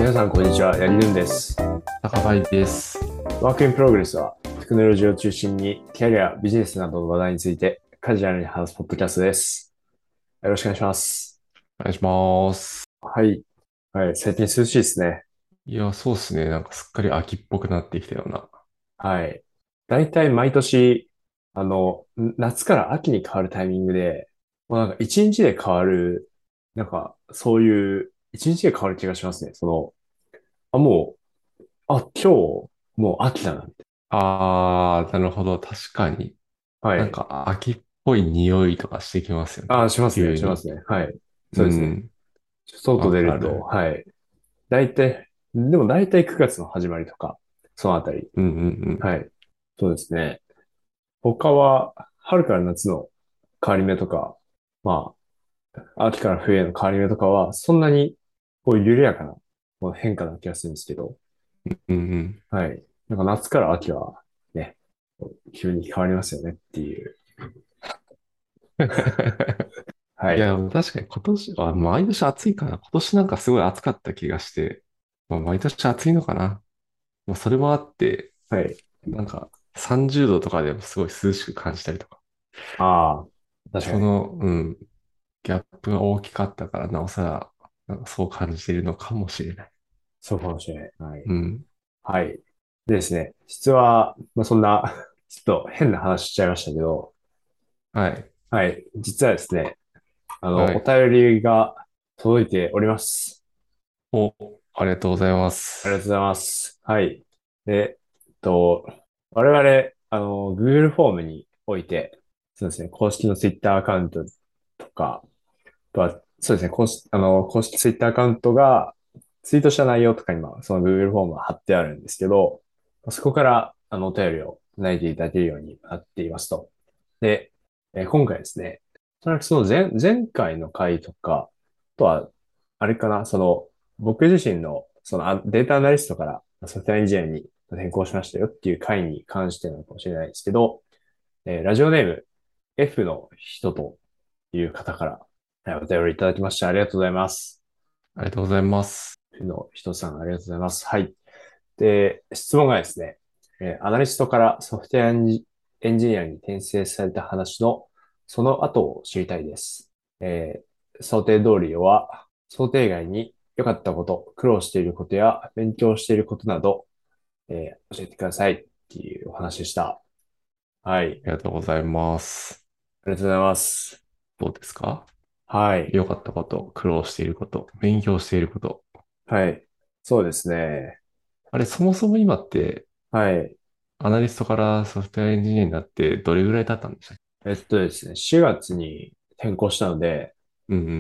皆さん、こんにちは。やりぬんです。 高林です。 ワークインプログレスは、テクノロジーを中心に、キャリア、ビジネスなどの話題について、カジュアルに話すポッドキャストです。よろしくお願いします。 お願いします。 はい。はい。最近涼しいですね。 いや、そうっすね。なんかすっかり秋っぽくなってきたような。 はい。だいたい毎年、夏から秋に変わるタイミングで、もうなんか一日で変わる、そういう、一日で変わる気がしますね。も今日、もう秋だな。 なるほど。確かに。なんはい。 か秋っぽい匂いとかしてきますよね。 しますね、 急に。 しますね。はい。 うそうですね。 ん。 外わ出ると、 かる。 はい。でも大体9月の始まりとか、そのあたり。 うんうんはい。そうですね。他は、春から夏の変わり目とか、ま秋から冬への変わり目とかは、そんなに、緩やかな、変化な気がするんですけど、 うん。うんうん。 はい。なんか夏から秋は、ね、急に変わりますよねっていう。はい。 いや、確かに今年は毎年暑いかな。今年なんかすごい暑かった気がして、まあ、毎年暑いのかな。まあ、それもあって、 はい。 なんか30度とかでもすごい涼しく感じたりとか。 ああ、確かに。 ギャップが大きかったから、なおさら、なんかそう感じているのかもしれない。 そうかもしれない。はい。 うん。 はい。でですね、実は、そんな、ちょっと変な話しちゃいましたけど、 はい。 はい。実はですね、おはい。 便りが届いております。 お、ありがとうございまありがとうごす。 ざいます。はい。で、我々、Google フォームにおいて、そうですね、公式の Twitter アカウントとか、あとは、そうですね、公式 Twitter アカウントがツイートした内容とかにも、その Google フォームは貼ってあるんですけど、そこから、お便りを投げていただけるようになっていますと。で、今回ですね、その前回の回とか、あとは、あれかな、僕自身の、データアナリストからソフトウェアエンジニアに転校しましたよっていう回に関してなのかもしれないですけど、ラジオネーム F の人という方から、お便りいただきましてありがとうございます。 ありがとうございます。 F の人さんありがとうございます。はい。で、質問がですね、アナリストからソフトウェアエンジニアに転生された話のその後を知りたいです。想定通りは、想定外に良かったこと、苦労していることや勉強していることなど、教えてくださいっていうお話でした。はい。 ありがとうございます。 ありがとうございます。 どうですか？ はい。 良かったこと、苦労していること、勉強していること。 はい。そうですね。 あれ、そもそも今って、 はい。 アナリストからソフトウェアエンジニアになってどれぐらい経ったんでしたっけ？ ですね、4月に転校したので、 うんうん。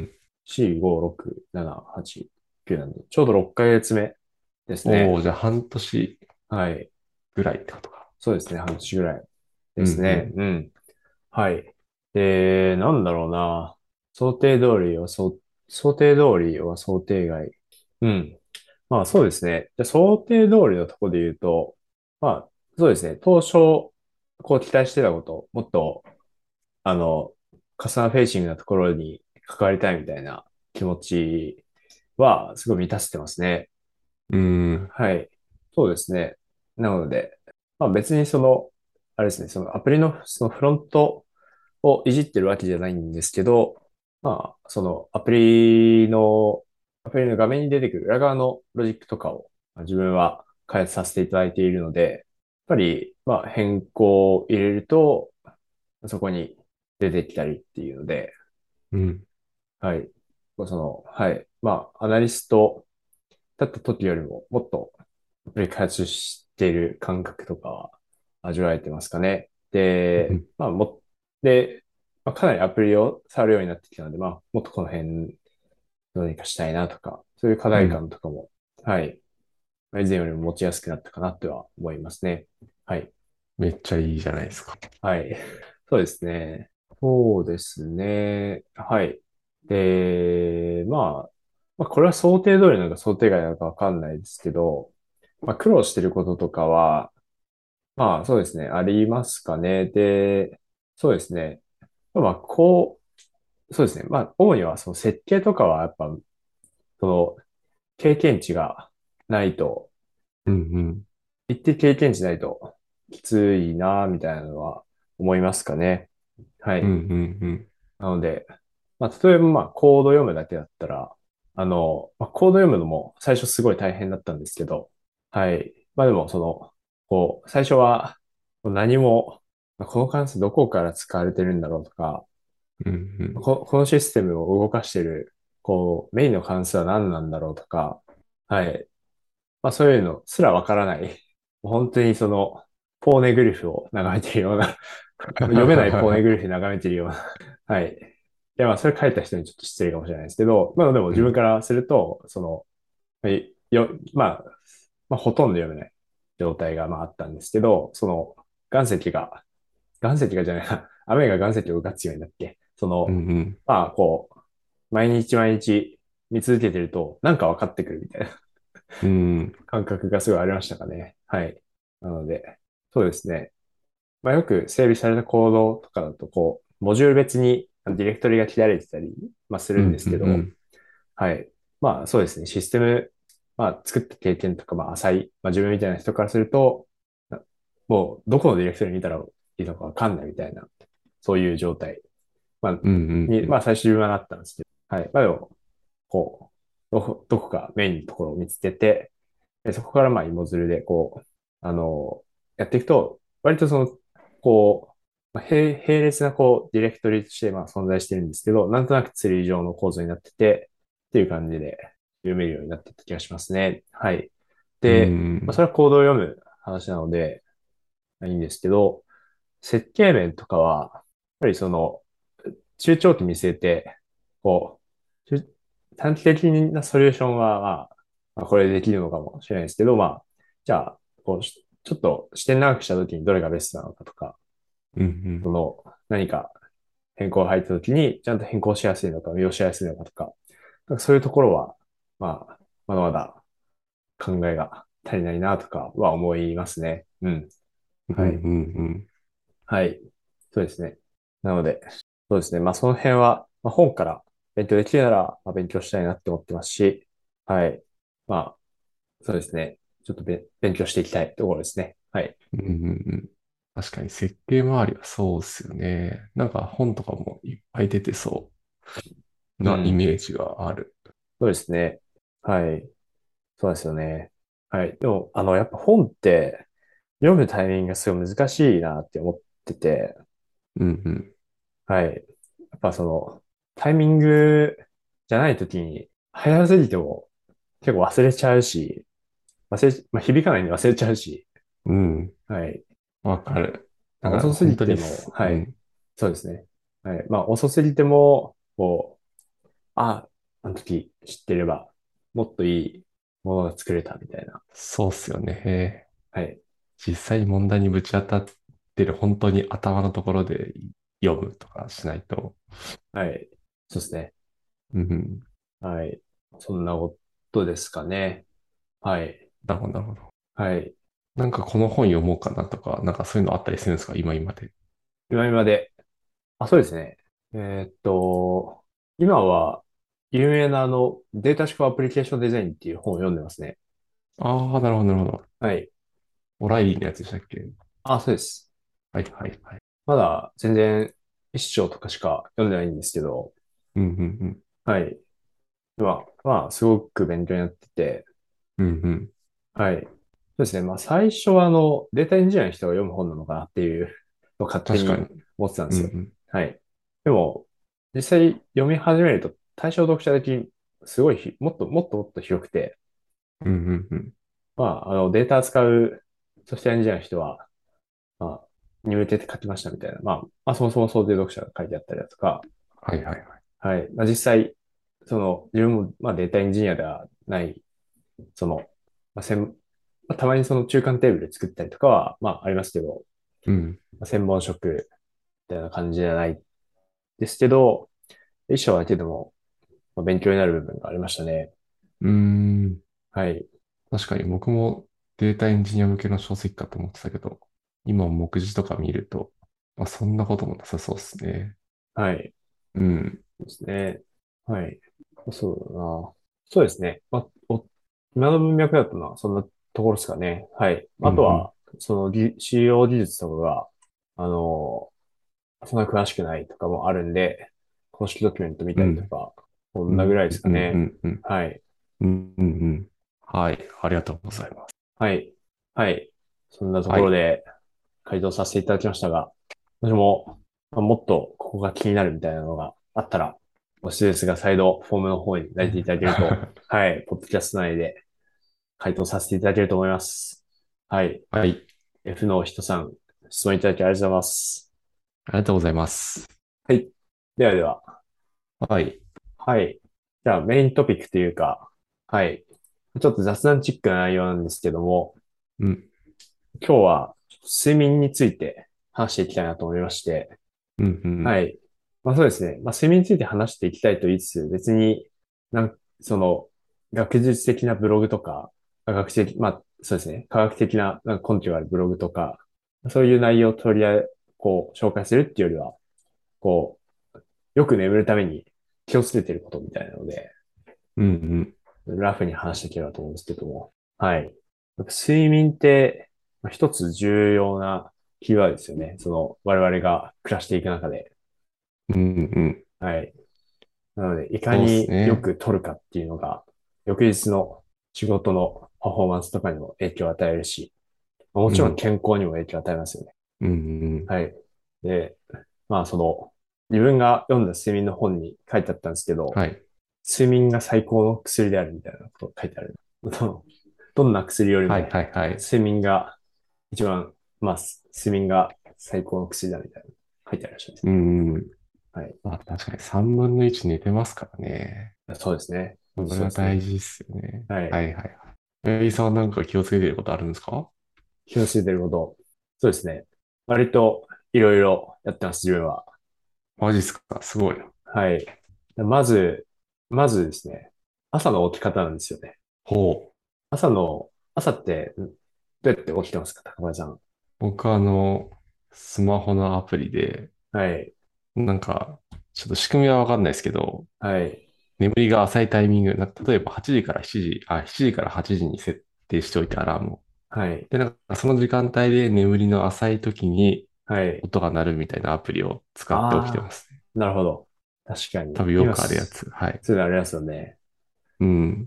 4、5、6、7、8、9なんで、ちょうど6ヶ月目ですね。 おー、じゃあ半年はい。 ぐらいってことか。 そうですね、半年ぐらいうんですね。 うん。 うん。はい。で、なんだろうな。想定通りは、想定通りは想定外。うん。まあそうですね。じゃあ想定通りのところで言うと、まあそうですね。当初、期待してたこと、もっと、あの、カスタマーフェイシングなところに関わりたいみたいな気持ちは、すごい満たしてますね。 うん。 はい。そうですね。なので、別にあれですね、そのアプリのそのフロントをいじってるわけじゃないんですけど、そのアプリの画面に出てくる裏側のロジックとかを自分は開発させていただいているので、やっぱり、変更を入れると、そこに出てきたりっていうので、 うん。 はい。はい。アナリストだった時よりももっとアプリ開発している感覚とかは味わえてますかね。で、 うん。 かなりアプリを触るようになってきたので、もっとこの辺どうにかしたいなとか、そういう課題うん。 感とかも、はい。以前よりも持ちやすくなったかなとは思いますね。はい。 めっちゃいいじゃないですか。 はい。そうですね。そうですね。はい。で、これは想定通りなのか想定外なのかわかんないですけど、苦労してることとかは、そうですね、ありますかね。で、そうですね。そうですね。主にはその設計とかはやっぱ、その経験値がないと、 うんうん。 一定経験値ないときついな、みたいなのは思いますかね。はい。 うんうんうん。 なので、まあ、例えばコード読むだけだったら、コード読むのも最初すごい大変だったんですけど、はい。まあでも、最初は何も、この関数どこから使われてるんだろうとか、 うんうん。 このシステムを動かしてる、メインの関数は何なんだろうとか、はい。まあそういうのすらわからない。本当にポーネグリフを眺めているような、読めないポーネグリフを眺めているような、はい。いや、まあそれ書いた人にちょっと失礼かもしれないですけど、まあでもうん。 自分からすると、ほとんど読めない状態があったんですけど、岩石が、岩石がじゃないな、雨が岩石を動かすようになって、 うんうん。 毎日毎日見続けてると、なんか分かってくるみたいなうん。 感覚がすごいありましたかね。はい。なので、そうですね。よく整備されたコードとかだと、モジュール別にディレクトリが切られてたり、するんでうんうすけど、 んはい。そうですね。システム、作った経験とか、浅い、自分みたいな人からすると、なもう、どこのディレクトリ見たらいいのかわかんないみたいな、そういう状態、まあ、 うんうんうん。 最初自分はなったんですけど、はい。でも、どこかメインのところを見つけて、でそこから芋づるで、やっていくと、割と並列なディレクトリとして存在してるんですけど、なんとなくツリー状の構造になってて、っていう感じで読めるようになっていった気がしますね。はい。 うで、そんれはコードを読む話なので、いいんですけど、設計面とかは、やっぱり中長期見据えて、中短期的なソリューションは、これできるのかもしれないですけど、じゃあ、ちょっと視点長くしたときにどれがベストなのかとか、 うん。 何か変更が入ったときに、ちゃんと変更しやすいのか、利用しやすいのかとか、そういうところは、まだまだ考えが足りないなとかは思いますね。うん。 うんうんはい。 うん。 はい。そうですね。なので、そうですね。その辺は、本から勉強できるなら、勉強したいなって思ってますし、はい。まあ、そうですね。ちょっと勉強していきたいところですね。はい。 うんうんうん。確かに設計周りはそうですよね。なんか本とかもいっぱい出てそうなイうん。 メージがある。 そうですね。はい。そうですよね。はい。でも、やっぱ本って読むタイミングがすごい難しいなって思ってて、 うんうん。 はい。やっぱタイミングじゃない時に、早すぎても結構忘れちゃうし、響かないんで忘れちゃうし、 うん。 はい。 わかる。だから遅すぎ本当ても、はい。 うん。 そうですね。はい。遅すぎても、あの時知ってれば、もっといいものが作れたみたいな。 そうっすよね。 はい。 実際に問題にぶち当たってる本当に頭のところで読むとかしないと。 はい。そうですね。 うん。 はい。そんなことですかね。はい。 なるほど、なるほど。 はい。 なんかこの本読もうかなとか、なんかそういうのあったりするんですか今で。 今で、そうですね。今は、有名なデータ思考アプリケーションデザインっていう本を読んでますね。 ああ、なるほど、なるほど。 はい。 オライリーのやつでしたっけ？ そうです。 はい、はい、はい。 まだ全然一章とかしか読んでないんですけど、 うん、うん、 はい。すごく勉強になってて、 うん。うん、うん。 はい。そうですね。最初はデータエンジニアの人が読む本なのかなっていうのを勝手に確かに。 思ってたんでうん、うすよ。 ん。 はい。でも、実際読み始めると対象読者的にすごいもっと広くて、 うん、うん、うん。 データ扱うソフトウェアエンジニアの人は、まに向けて書きましたみたいな。そもそも想定読者が書いてあったりだとか、 はい、はい、はい。 はい。実際、自分も、データエンジニアではない、その、まあ、専たまに中間テーブル作ったりとかは、ありますけど、 うん。 専門職みたいな感じじゃないですけど、一章だけでも、勉強になる部分がありましたね。 うーん。 はい。 確かに僕もデータエンジニア向けの書籍かと思ってたけど、今目次とか見ると、そんなこともなさそうですね。 はい。 うん。 そうですね。はい。そうだな。そうですね。 今の文脈だとそんなところですかね。はい。 うんうん。 あとは、その使用技術とかが、あの、そんな詳しくないとかもあるんで、公式ドキュメント見たりとうん。 か、こうん。 んなぐらいですかうん。うね。 ん。うん。 はい。 うん。うん。うん。はい。ありがとうございます。 はい。はい。そんなとはい。 ころで回答させていただきましたが、私も、もっとここが気になるみたいなのがあったら、もしですが、再度フォームの方にうん。 書いていただけると、はい、ポッドキャスト内で回答させていただけると思います。はい。 はい。 F の人さん、質問いただきありがとうございます。 ありがとうございます。 はい。ではでは、 はい。 はい。じゃあメイントピックというか、はい。ちょっと雑談チックな内容なんですけども、 うん。 今日は睡眠について話していきたいなと思いまして、 うん。うん。 はい。まあそうですね。まあ睡眠について話していきたいと言いつつ、別にその、学術的なブログとか、学的、まあそうですね。科学的な根拠があるブログとか、そういう内容を取り上げ、紹介するっていうよりは、こよく眠るために気をつけてることみたいなので、 うん。うん。 ラフに話していければと思うんですけども。はい。やっぱ睡眠って、一つ重要なキーワードですよね。その、我々が暮らしていく中で。 うん。うん。 はい。なので、いかそうですによね。 く取るかっていうのが、翌日の仕事のパフォーマンスとかにも影響を与えるし、もちろんうん。 健康にも影響を与えますよね。 うん。うん。 はい。で、まあその、自分が読んだ睡眠の本に書いてあったんですけど、 はい。 睡眠が最高の薬であるみたいなことが書いてある。どんな薬よりはい。 も、 はい。はい。 睡眠が一番、まあ、睡眠が最高の薬だみたいな書いてあるらしいですうね。 ん。 はい。 まあ、確かに3分の1寝てますからね。 そうですね。 それはそうですね。 大事ですよね。 はい。 はいはいはい。えいさんはなんか気をつけていることあるんですか？ 気をつけてること。そうですね。割といろいろやってます、自分は。 マジっすか？すごいな。 はい。まず、まずですね、朝の起き方なんですよね。 ほう。 朝ってどうやって起きてますか、高林さん？ 僕はスマホのアプリで、 はい。 なんか、ちょっと仕組みはわかんないですけど、 はい。 眠りが浅いタイミング、例えば8時から7時、7時から8時に設定しておいてアラームを。 はい。 で、なんかその時間帯で眠りの浅い時にはい。 音が鳴るみたいなアプリを使って起きてまああ、 すね。 なるほど。確かに。 多分よくあるやつ。はい。 そういうのありますよね。 うん。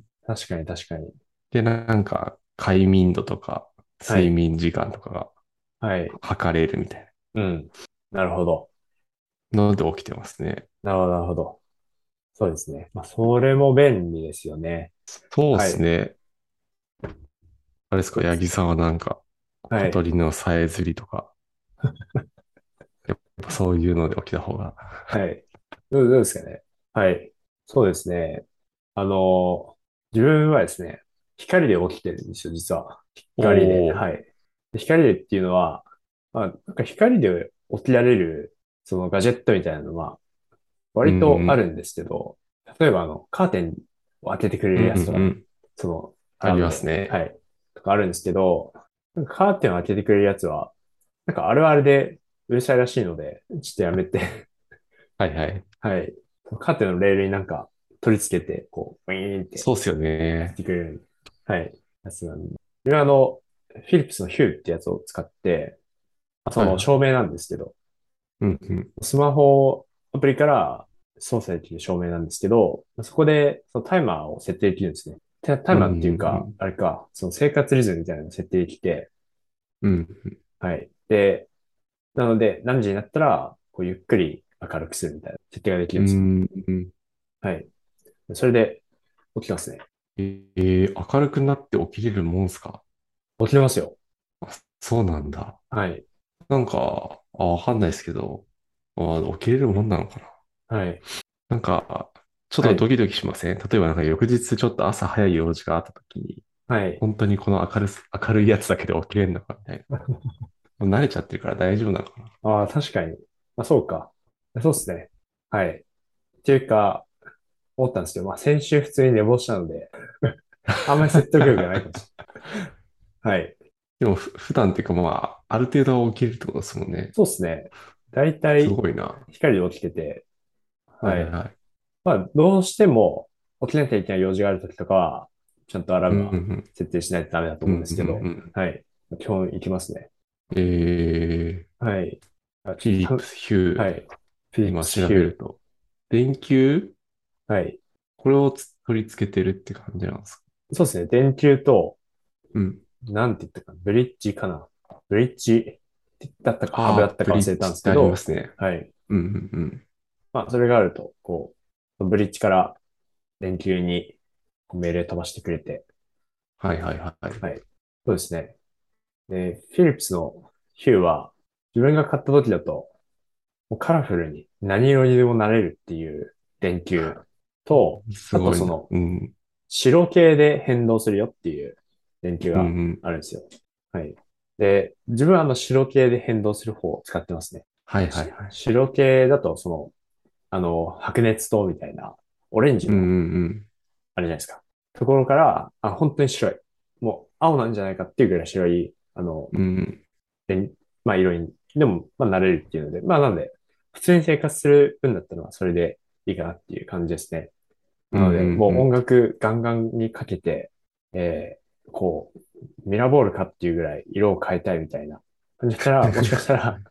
確かに、確かに。 で、なんか、快眠度とか、睡はい。 眠時間とかがはい。 測れるみたいうん。なるほど。 なので起きてますね。 なるほど、なるほど。そうですね。まあ、それも便利ですよね。 そうではい。 すね。あれですか、八木さんはなんか、 はい。 小鳥のさえずりとか、やっぱそういうので起きた方が。 はい。どうですかね。はい。そうですね。あの、自分はですね、光で起きてるんですよ、実は。光で。 おー。 はい。で光でっていうのは、まあ、なんか光で起きられる、そのガジェットみたいなのは、 うん割とあうん。 るんですけど、例えばカーテンを開けてくれうんるやつとかね、 うんうん。 その、アありまラームで、 すね。 はい、とかあるんですけど、なんかカーテンを開けてくれるやつは、なんかあれはあれでうるさいらしいので、ちょっとやめて、 はいはい。 はい、カーテンのレールになんか取り付けて、ウィーンってそうっすよね。 やってくれる、はい、やつなんで。自分はフィリップスのヒューってやつを使って、そはいはい。 の照明なんですけど、 うんうん。 スマホアプリから操作できる照明なんですけど、そこでそのタイマーを設定できるんですね。タイうんうマーっていうか、 んあれか、その生活リズムみたいなのを設定できて、 うん。うんはい。で、なので、何時になったら、ゆっくり明るくするみたいな設定ができうるんですよ。 ん。うん。 はい。それで起きますね。 明るくなって起きれるもんすか？ 起きれますよ。 あ、そうなんだ。 はい。 なんか、わかんないですけど、起きれるもんなのかな。 はい。 なんか、ちょっはい。 とドキドキしません？例えばなんか翌日ちょっと朝早い用事があった時に、 はい。 本当にこの明るいやつだけで起きれるのかみたいな。慣れちゃってるから大丈夫なのかな。 ああ、確かに。まあ、そうか。そうですね。はい。っていうか、思ったんですけど、まあ、先週普通に寝坊したので、あんまり説得力がないかもしれない。はい。 でも普段っていうかまあ、ある程度は起きれるってことですもんね。 そうですね。だいたすいごいな。 光で起きてて、はい。 はいはいはい。 まあ、どうしても起きなきゃいけない用事があるときとかは、 ちゃんとアラーうん、 ムはうん、 設定しないとダメだとうん、 思うんうん、 ですけど、 うん。 はい。基本行きますね。 フはい。あ、ちょっとィリップス・ヒュー、 はい。フィリップ今スヒュー。 調べると。電球はい。 これを取り付けてるって感じなんですか？ そうですね。電球と、 うん。 なんて言ったかな。ブリッジかな。ブリッジだったかハブだああ、 ったブリッか忘れたんですジってありまけど、 すね。 はい。 うん、うん、うん。 まあ、それがあると、こう、ブリッジから電球に命令飛ばしてくれて、 はい、はい、はい。 はい。そうですね。で、フィリップスのヒューは、自分が買った時だと、もうカラフルに何色にでもなれるっていう電球と、あとすごいな。 その、 うん。 白系で変動するよっていう電球うん、 がうん。 あるんですよ。はい。で、自分は白系で変動する方を使ってますね。 はい、はい、はい。 白系だと、白熱灯みたいな、オレンジうん、うの、 ん、 あれじゃないですか。ところから、本当に白い。もう、青なんじゃないかっていうぐらい白い、 うん。うん。 でまあ、色に、でも、まあ、慣れるっていうので、まあ、なんで、普通に生活する分だったのは、それでいいかなっていう感じですね。 うん、うなので、もう音ん。 楽ガンガンにかけて、こう、ミラーボールかっていうぐらい色を変えたいみたいな感じだったら、もしかしたら、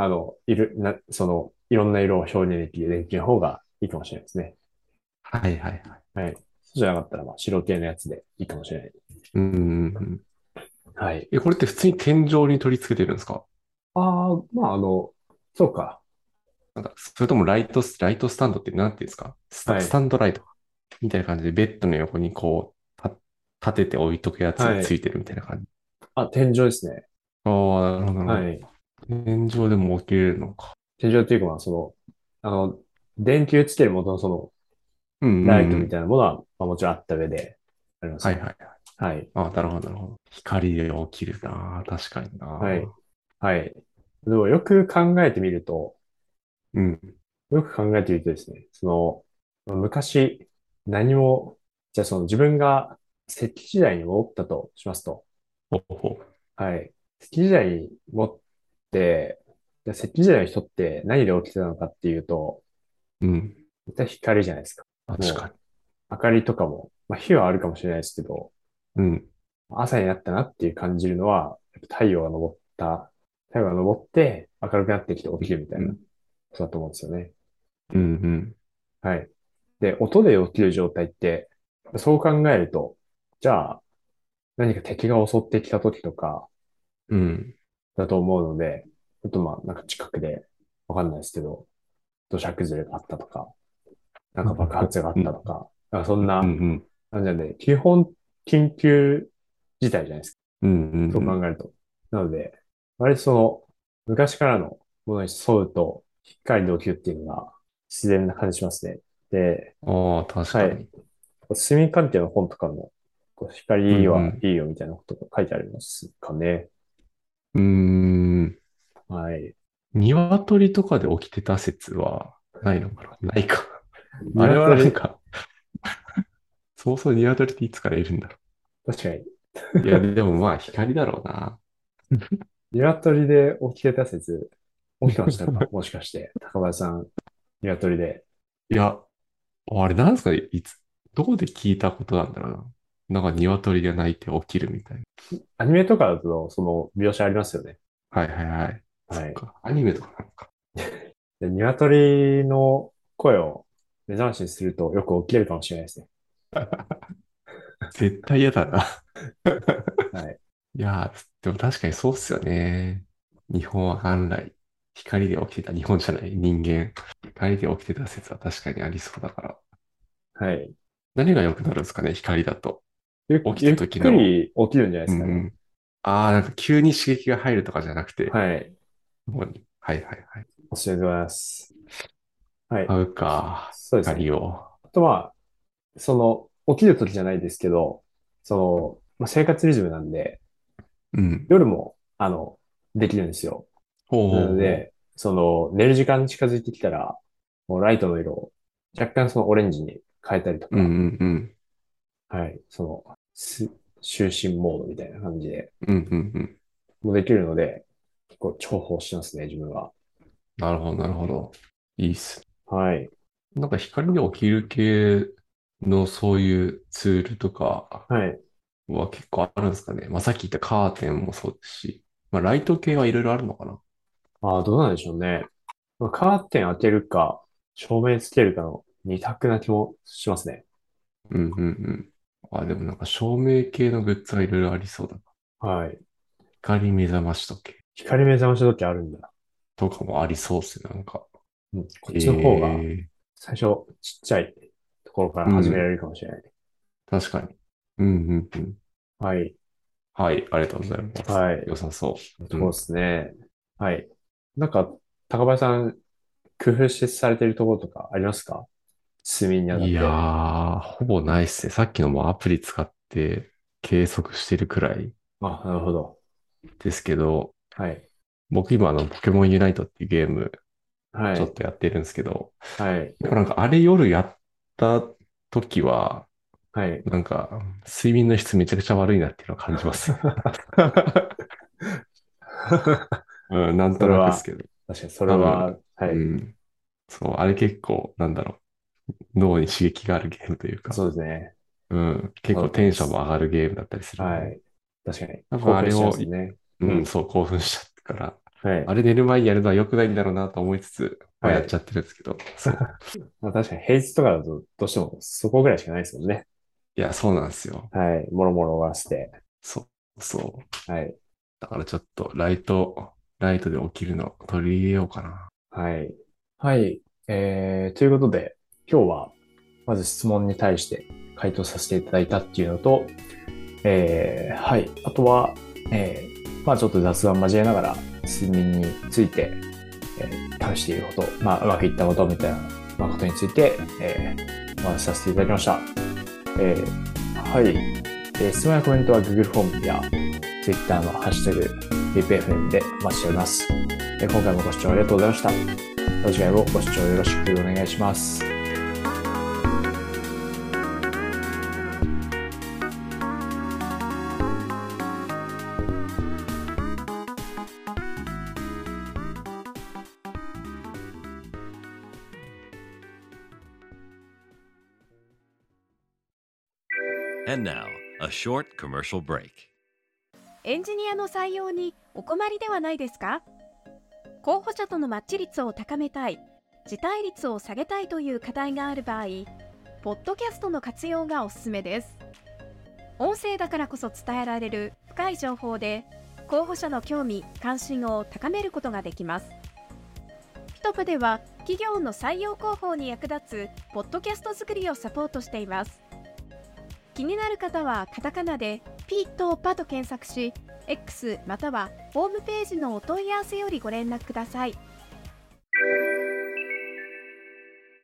いろんな色を表現できる電気の方がいいかもしれないですね。 はい、はい、はい。 はい。そうじゃなかったら、まあ、白系のやつでいいかもしれない。 うん、うん、うん。 はい。 え、これって普通に天井に取り付けてるんですか？ ああ、まあ、そうか。 なんか、それともライトスタンドってなんていうんですか？スはい。 タンドライトみたいな感じでベッドの横にこう、立てて置いとくやつがはい。 ついてるみたいな感じ。 あ、天井ですね。 ああ、なるほど、なるほど。 はい。 天井でも起きれるのか。 天井っていうか、まあ、電球つける元のうん、うん、 ライトみうん。 たいなものは、まあ、もちろんあった上で、ありますね。 はい、はい。 はい。 ああ、なるほど、なるほど。光で起きるな。確かにはい。 な。 はい。でもよく考えてみると、 うん。 よく考えてみるとですね、昔、何も、じゃあ自分が石器時代に戻ったとしますと、 ほうほはい。石器時代に戻って、じゃあ石器時代の人って何で起きてたのかっていうと、 う。うん。 絶対光じゃないですか。もう、 確かに。 明かりとかも、まあ火はあるかもしれないですけど、 うん。 朝になったなっていう感じるのは、やっぱ太陽が昇って明るくなってきて起うん。 きるみたいなこうん。 とだと思うんですよね。 うん。 はい。で、音で起きる状態って、そう考えると、じゃあ何か敵が襲ってきた時とかうん。 だと思うので、ちょっとまあなんか近くでわかんないですけど、土砂崩れがあったとか、なんか爆発があっうん。 たとか、なんかそんうん。 なうん。 感じなんで、基本緊急事態じゃないですか。 うん。 そう考えると。なので、割と昔からのものに沿うと、光で起きるっていうのが自然な感じしますね。で、 ああ、確はい。 かに。 睡眠関係の本とかも、 うん。 光はうん。 いいよみたいなことが書いてありますかね。 うーん。 はい。 鶏とかで起きてた説はないのかな？ないか。あれはなん鶏、 か、そもそも鶏っていつからいるんだろ確かに。 う。いや、でもまあ光だろうな。 鶏で起きてた説、起きてましたかもしかして。高林さん、鶏で。 いや、あれなんですかね？どこで聞いたことなんだろうな。なんか鶏が鳴いて起きるみたいな。 アニメとかだと、描写ありますよね。 はいはいはい。そはい。 っか。アニメとかなのか。 で、鶏の声を目覚ましにするとよく起きれるかもしれないですね。 絶対嫌だな。 はい。 いやー、でも確かにそうっすよね。日本は元来、光で起きてた、日本じゃない、人間。光で起きてた説は確かにありそうだから。 はい。 何が良くなるんですかね、光だと。起きたゆっく時の、 り起きるんじゃないですかね。 うんうん。ああ、なんか急に刺激が入るとかじゃなくて、 はい。 もうはいはいはい。 おすすめでございます。はい。 買うか、 そうですね。 光を。 あとは、起きる時じゃないですけど、まあ、生活リズムなんで、 うん。 夜も、できるんですよ。 ほうなほうほので、寝る時間に近づいてきたら、もうライトの色を若干オレンジに変えたりとう。うんか、 うんうん。 はい、就寝モードみたいな感じで、 うんうんうん。 もうできるので、結構重宝してますね、自分は。 なるほどなるほど。いいっす。 はい。 なんか光で起きる系のそういうツールとかはい。 は結構あるんですかね。まあ、さっき言ったカーテンもそうですし、まあ、ライト系はいろいろあるのかな。 ああ、どうなんでしょうね。まあカーテン当てるか、照明つけるかの二択な気もしますね。 うんうんうん。あ、でもなんか照明系のグッズがいろいろありそうだな。 はい。 光目覚まし時計光目覚まし時計あるんだ。 とかもありそうっすね、なんか。 うん。こっちの方がええ、 最初ちっちゃいところからうん。 始められるかもしれない。 確かに。うんうんうん。 はい。 はい、ありがとうございます。 はい。 良さそう。うん。 そうですね。はい。なんか、高林さん、工夫してされてるところとかありますか？睡眠にあたっいやて。 ー、ほぼないっすね。さっきのもアプリ使って計測してるくらいあ、なるほど。 ですけど、 はい。 僕今ポケモンユナイトっていうゲームちょっはい。 とやってるんですけど、 はい。 でもなんかあれ夜やった時は、 はい。 なんか睡眠の質めちゃくちゃ悪いなっていうのを感じますね。うん、なんとそれは、 なくですけど。 確かにそれ多分、 は、はい。 うん。そう、あれ結構、なんだろう、脳に刺激があるゲームというか、 そうですね。 うん、結そう構テンションもだと思います。 上がるゲームだったりするんで、 はい。確かに。 多分興奮しちゃいまあれを、 すね。 うん、 うん。 そう、興奮しちゃってから、 はい。 あれ寝る前にやるのは良くないんだろうなと思いつつ、まあはい。 やっちゃってるんですけど、そう。 まあ確かに平日とかだとどうしてもそこぐらいしかないですもんね。 いや、そうなんですよ。 はい。もろもろ終わらせて。 そう、そう。 はい。 だからちょっと、ライトで起きるの取り入れようかな。 はい。はい。ということで、今日は、まず質問に対して回答させていただいたっていうのと、はい。あとは、まあちょっと雑談交えながら、睡眠について、試していること、まあうまくいったことみたいな、まあ、ことについて、お話しさせていただきました。はい。質問やコメントは Google フォームや Twitter のハッシュタグ VPFM でお待ちしております。今回もご視聴ありがとうございました。お次回もご視聴よろしくお願いします。 And now, a short commercial break. エンジニアの採用にお困りではないですか？候補者とのマッチ率を高めたい、辞退率を下げたいという課題がある場合、ポッドキャストの活用がおすすめです。音声だからこそ伝えられる深い情報で、候補者の興味・関心を高めることができます。ピトプでは企業の採用広報に役立つポッドキャスト作りをサポートしています。気になる方はカタカナでピとパと検索し、X またはホームページのお問い合わせよりご連絡ください。